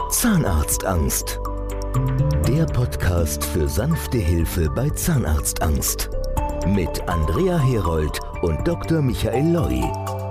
Zahnarztangst. Der Podcast für sanfte Hilfe bei Zahnarztangst. Mit Andrea Herold und Dr. Michael Loi.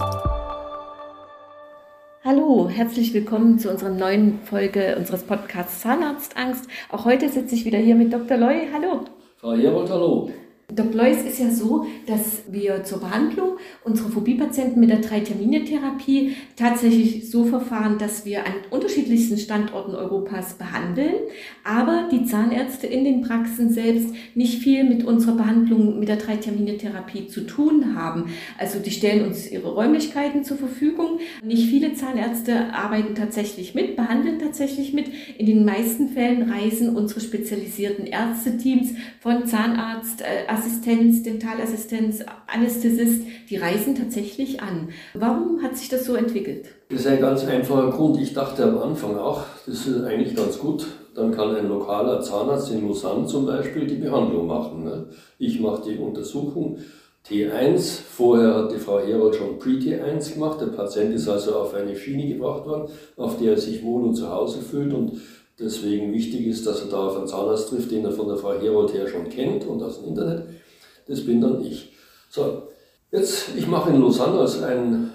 Hallo, herzlich willkommen zu unserer neuen Folge unseres Podcasts Zahnarztangst. Auch heute sitze ich wieder hier mit Dr. Loi. Hallo. Frau Herold, hallo. Dr. Loi, es ist ja so, dass wir zur Behandlung unserer Phobie-Patienten mit der 3-Termine-Therapie tatsächlich so verfahren, dass wir an unterschiedlichsten Standorten Europas behandeln, aber die Zahnärzte in den Praxen selbst nicht viel mit unserer Behandlung mit der 3-Termine-Therapie zu tun haben. Also die stellen uns ihre Räumlichkeiten zur Verfügung. Nicht viele Zahnärzte arbeiten tatsächlich mit, behandeln tatsächlich mit. In den meisten Fällen reisen unsere spezialisierten Ärzteteams von Zahnarzt, Assistenz, Dentalassistenz, Anästhesist, die reisen tatsächlich an. Warum hat sich das so entwickelt? Das ist ein ganz einfacher Grund. Ich dachte am Anfang auch, das ist eigentlich ganz gut. Dann kann ein lokaler Zahnarzt in Lausanne zum Beispiel die Behandlung machen. Ne? Ich mache die Untersuchung T1. Vorher hat die Frau Herold schon Pre-T1 gemacht. Der Patient ist also auf eine Schiene gebracht worden, auf der er sich wohl und zu Hause fühlt und deswegen wichtig ist, dass er da auf einen Zahnarzt trifft, den er von der Frau Herold her schon kennt und aus dem Internet. Das bin dann ich. So, jetzt, ich mache in Lausanne also einen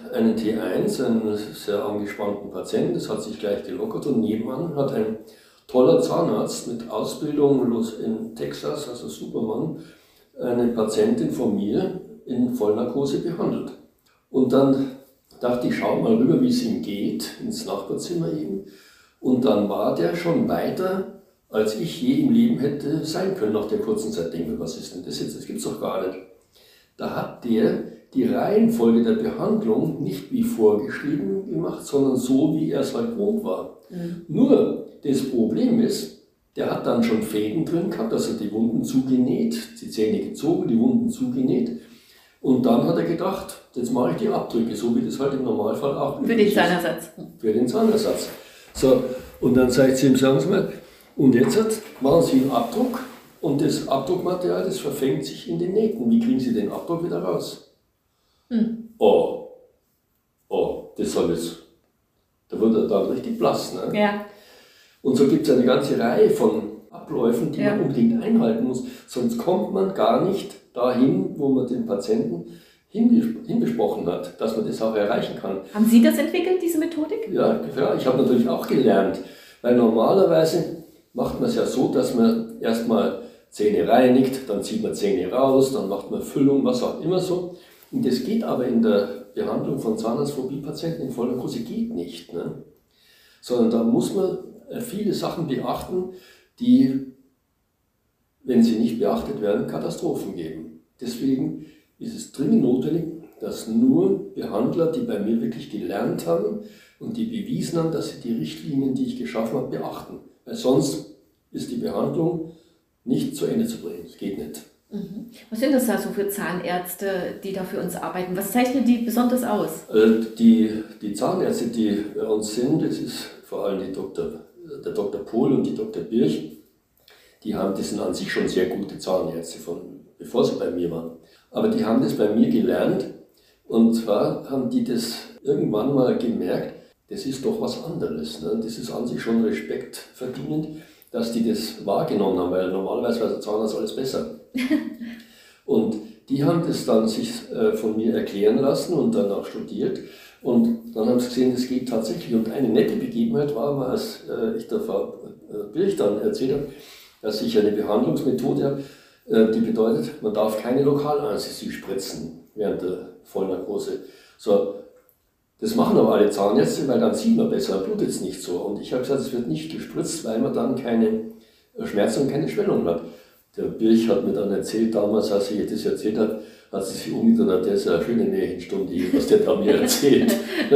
T1, einen sehr angespannten Patienten. Das hat sich gleich gelockert und nebenan hat ein toller Zahnarzt mit Ausbildung in Texas, also Supermann, eine Patientin von mir in Vollnarkose behandelt. Und dann dachte ich, schau mal rüber, wie es ihm geht, ins Nachbarzimmer eben. Und dann war der schon weiter, als ich je im Leben hätte sein können nach der kurzen Zeit. Denke, was ist denn das jetzt? Das gibt's doch gar nicht. Da hat der die Reihenfolge der Behandlung nicht wie vorgeschrieben gemacht, sondern so, wie er es halt gewohnt war. Mhm. Nur das Problem ist, der hat dann schon Fäden drin gehabt, also die Wunden zugenäht, die Zähne gezogen, die Wunden zugenäht. Und dann hat er gedacht, jetzt mache ich die Abdrücke, so wie das halt im Normalfall auch für den Zahnersatz. Für den Zahnersatz. So, und dann sage ich zu ihm, sagen Sie mal, und jetzt machen Sie einen Abdruck und das Abdruckmaterial, das verfängt sich in den Nähten. Wie kriegen Sie den Abdruck wieder raus? Oh, das soll jetzt, da wird er dann richtig blass. Ne? Ja. Und so gibt es eine ganze Reihe von Abläufen, die man unbedingt einhalten muss, sonst kommt man gar nicht dahin, wo man den Patienten hinbesprochen hat, dass man das auch erreichen kann. Haben Sie das entwickelt, diese Methodik? Ja, ich habe natürlich auch gelernt, weil normalerweise macht man es ja so, dass man erstmal Zähne reinigt, dann zieht man Zähne raus, dann macht man Füllung, was auch immer so. Und das geht aber in der Behandlung von Zahnarztphobie-Patienten in Vollnarkose geht nicht. Ne? Sondern da muss man viele Sachen beachten, die, wenn sie nicht beachtet werden, Katastrophen geben. Deswegen ist es dringend notwendig, dass nur Behandler, die bei mir wirklich gelernt haben und die bewiesen haben, dass sie die Richtlinien, die ich geschaffen habe, beachten. Weil sonst ist die Behandlung nicht zu Ende zu bringen. Das geht nicht. Mhm. Was sind das da so für Zahnärzte, die da für uns arbeiten? Was zeichnet die besonders aus? Die Zahnärzte, die bei uns sind, das ist vor allem der Dr. Pohl und die Dr. Birch, die sind an sich schon sehr gute Zahnärzte, bevor sie bei mir waren. Aber die haben das bei mir gelernt und zwar haben die das irgendwann mal gemerkt, das ist doch was anderes. Ne? Das ist an sich schon Respekt verdienend, dass die das wahrgenommen haben, weil normalerweise weiß der Zahnarzt alles besser. Und die haben das dann sich von mir erklären lassen und dann auch studiert. Und dann haben sie gesehen, das geht tatsächlich. Und eine nette Begebenheit war, als ich der Frau Birch dann erzählt habe, dass ich eine Behandlungsmethode habe, die bedeutet, man darf keine Lokalanästhesie spritzen während der Vollnarkose. So, das machen aber alle Zahnärzte, weil dann sieht man besser, blutet es nicht so. Und ich habe gesagt, es wird nicht gespritzt, weil man dann keine Schmerzen und keine Schwellung hat. Der Birch hat mir dann erzählt, damals, als ich das erzählt habe, hat sie sich umgedreht und hat, der ist ja eine schöne Märchenstunde, was der da mir erzählt.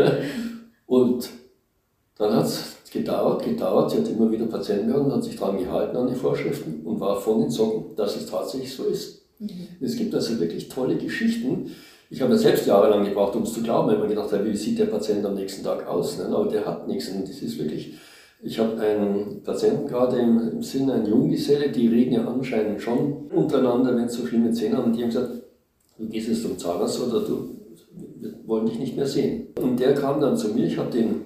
Und dann hat es gedauert, sie hat immer wieder Patienten gehabt und hat sich daran gehalten an die Vorschriften und war von den Socken, dass es tatsächlich so ist. Mhm. Es gibt also wirklich tolle Geschichten. Ich habe ja selbst jahrelang gebraucht, um es zu glauben, weil man gedacht hat, wie sieht der Patient am nächsten Tag aus? Ne? Aber der hat nichts. Und das ist wirklich, ich habe einen Patienten gerade im Sinne, einen Junggeselle, die reden ja anscheinend schon untereinander, wenn es so schlimme Zähne haben. Und die haben gesagt, du gehst jetzt zum Zahnarzt oder wir wollen dich nicht mehr sehen. Und der kam dann zu mir, ich habe den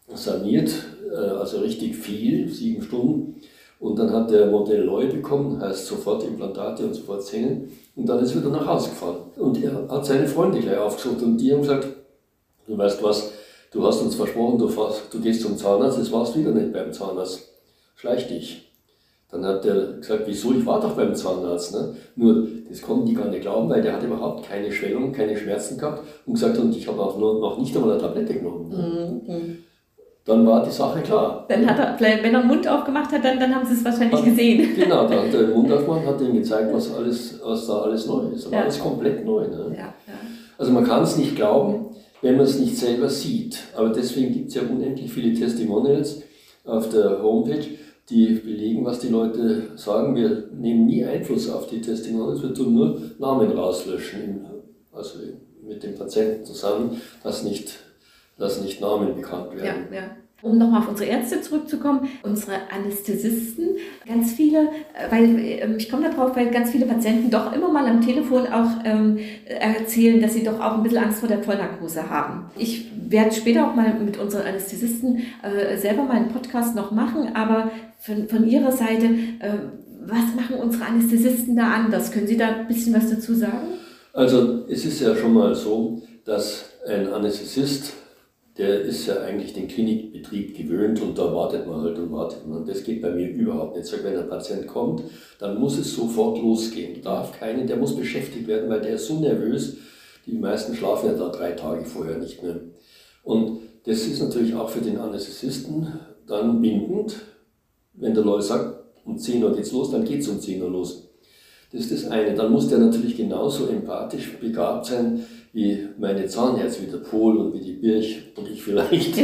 saniert, also richtig viel, 7 Stunden. Und dann hat der Modell bekommen, heißt sofort Implantate und sofort Zähne. Und dann ist er wieder nach Hause gefahren. Und er hat seine Freunde gleich aufgesucht und die haben gesagt, du weißt was, du hast uns versprochen, du gehst zum Zahnarzt, das warst wieder nicht beim Zahnarzt. Schleich dich. Dann hat er gesagt, wieso, ich war doch beim Zahnarzt. Ne? Nur, das konnten die gar nicht glauben, weil der hat überhaupt keine Schwellung, keine Schmerzen gehabt und gesagt, und ich habe auch noch nicht einmal eine Tablette genommen. Ne? Mhm. Dann war die Sache klar. Dann hat er, wenn er den Mund aufgemacht hat, dann haben sie es wahrscheinlich gesehen. Genau, da hat er den Mund aufgemacht, hat ihm gezeigt, was da alles neu ist. Aber alles komplett neu. Ne? Ja, ja. Also man kann es nicht glauben, wenn man es nicht selber sieht. Aber deswegen gibt es ja unendlich viele Testimonials auf der Homepage, die belegen, was die Leute sagen. Wir nehmen nie Einfluss auf die Testimonials, wir tun nur Namen rauslöschen, also mit dem Patienten zusammen, dass nicht Namen bekannt werden. Ja, ja. Um nochmal auf unsere Ärzte zurückzukommen, unsere Anästhesisten, ganz viele, ich komme da drauf, weil ganz viele Patienten doch immer mal am Telefon auch erzählen, dass sie doch auch ein bisschen Angst vor der Vollnarkose haben. Ich werde später auch mal mit unseren Anästhesisten selber mal einen Podcast noch machen, aber von Ihrer Seite, was machen unsere Anästhesisten da anders? Können Sie da ein bisschen was dazu sagen? Also es ist ja schon mal so, dass ein Anästhesist, der ist ja eigentlich den Klinikbetrieb gewöhnt und da wartet man halt und wartet man. Und das geht bei mir überhaupt nicht. Ich sage, wenn ein Patient kommt, dann muss es sofort losgehen. Der muss beschäftigt werden, weil der ist so nervös. Die meisten schlafen ja da 3 Tage vorher nicht mehr. Und das ist natürlich auch für den Anästhesisten dann bindend. Wenn der Leute sagt, um 10 Uhr geht's los, dann geht's um 10 Uhr los. Das ist das eine. Dann muss der natürlich genauso empathisch begabt sein, wie meine Zahnärzte, wie der Pohl und wie die Birch und ich vielleicht.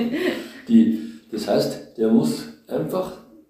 Das heißt, der muss einfach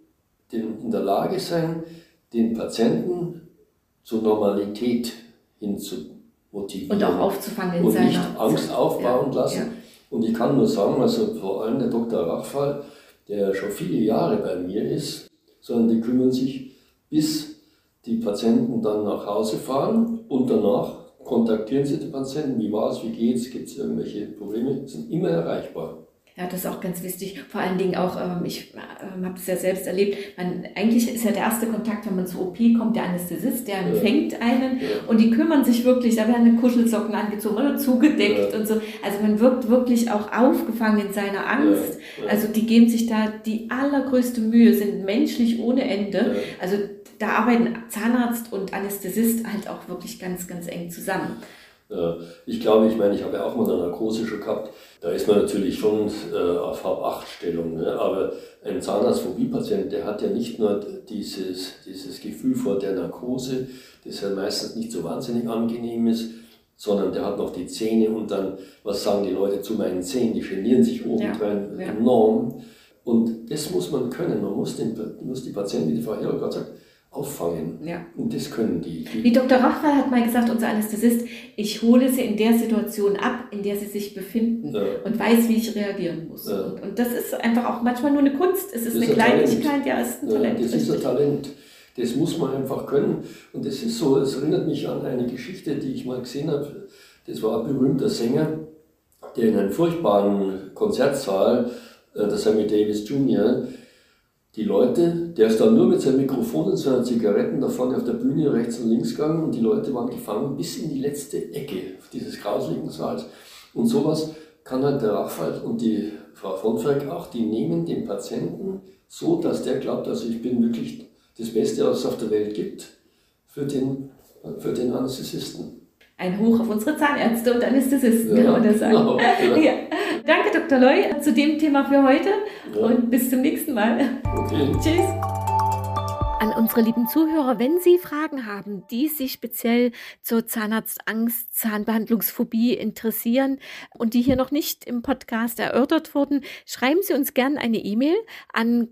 in der Lage sein, den Patienten zur Normalität hin zu motivieren. Und auch aufzufangen in und seiner... nicht Angst aufbauen lassen. Ja. Und ich kann nur sagen, also vor allem der Dr. Rachfal, der schon viele Jahre bei mir ist, sondern die kümmern sich, bis die Patienten dann nach Hause fahren und danach kontaktieren Sie den Patienten, wie war es, wie geht's, gibt es irgendwelche Probleme, sind immer erreichbar. Ja, das ist auch ganz wichtig. Vor allen Dingen auch, ich habe es ja selbst erlebt, eigentlich ist ja der erste Kontakt, wenn man zur OP kommt, der Anästhesist, der empfängt einen und die kümmern sich wirklich, da werden Kuschelsocken angezogen oder zugedeckt und so. Also man wird wirklich auch aufgefangen in seiner Angst. Also die geben sich da die allergrößte Mühe, sind menschlich ohne Ende. Also da arbeiten Zahnarzt und Anästhesist halt auch wirklich ganz, ganz eng zusammen. Ich glaube, ich habe ja auch mal eine Narkose schon gehabt, da ist man natürlich schon auf Halb-8-Stellung, ne? Aber ein Zahnarztphobie-Patient, der hat ja nicht nur dieses Gefühl vor der Narkose, das ja meistens nicht so wahnsinnig angenehm ist, sondern der hat noch die Zähne und dann, was sagen die Leute zu meinen Zähnen, die genieren sich obendrein enorm. Und das muss man können, man muss die Patienten, wie die Frau Herold gerade sagt, auffangen. Ja. Und das können die. Wie Dr. Rachfal hat mal gesagt, unser Anästhesist, ich hole sie in der Situation ab, in der sie sich befinden und weiß, wie ich reagieren muss. Und das ist einfach auch manchmal nur eine Kunst. Es ist eine Kleinigkeit, es ist ein Talent. Das ist ein Talent. Das muss man einfach können. Und das ist so, es erinnert mich an eine Geschichte, die ich mal gesehen habe. Das war ein berühmter Sänger, der in einem furchtbaren Konzertsaal, der Sammy Davis Jr., die Leute, der ist dann nur mit seinem Mikrofon und seinen Zigaretten da vorne auf der Bühne rechts und links gegangen und die Leute waren gefangen bis in die letzte Ecke dieses grauseligen Saals. Und sowas kann halt der Rachfal und die Frau von Freck auch, die nehmen den Patienten so, dass der glaubt, also ich bin wirklich das Beste, was es auf der Welt gibt, für den Anästhesisten. Ein Hoch auf unsere Zahnärzte und Anästhesisten, kann man das sagen. Genau, ja. Danke, Dr. Loy, zu dem Thema für heute und bis zum nächsten Mal. Okay. Tschüss. An unsere lieben Zuhörer, wenn Sie Fragen haben, die sich speziell zur Zahnarztangst, Zahnbehandlungsphobie interessieren und die hier noch nicht im Podcast erörtert wurden, schreiben Sie uns gerne eine E-Mail an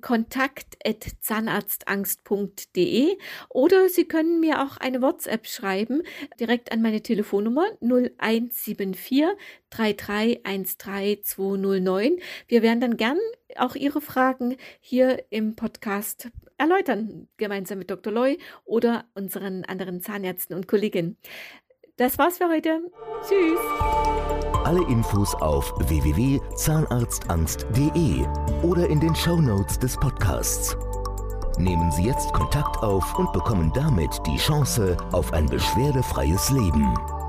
kontakt@zahnarztangst.de oder Sie können mir auch eine WhatsApp schreiben, direkt an meine Telefonnummer 0174 3313 209. Wir werden dann gern auch Ihre Fragen hier im Podcast erläutern, gemeinsam mit Dr. Loy oder unseren anderen Zahnärzten und Kolleginnen. Das war's für heute. Tschüss. Alle Infos auf www.zahnarztangst.de oder in den Shownotes des Podcasts. Nehmen Sie jetzt Kontakt auf und bekommen damit die Chance auf ein beschwerdefreies Leben.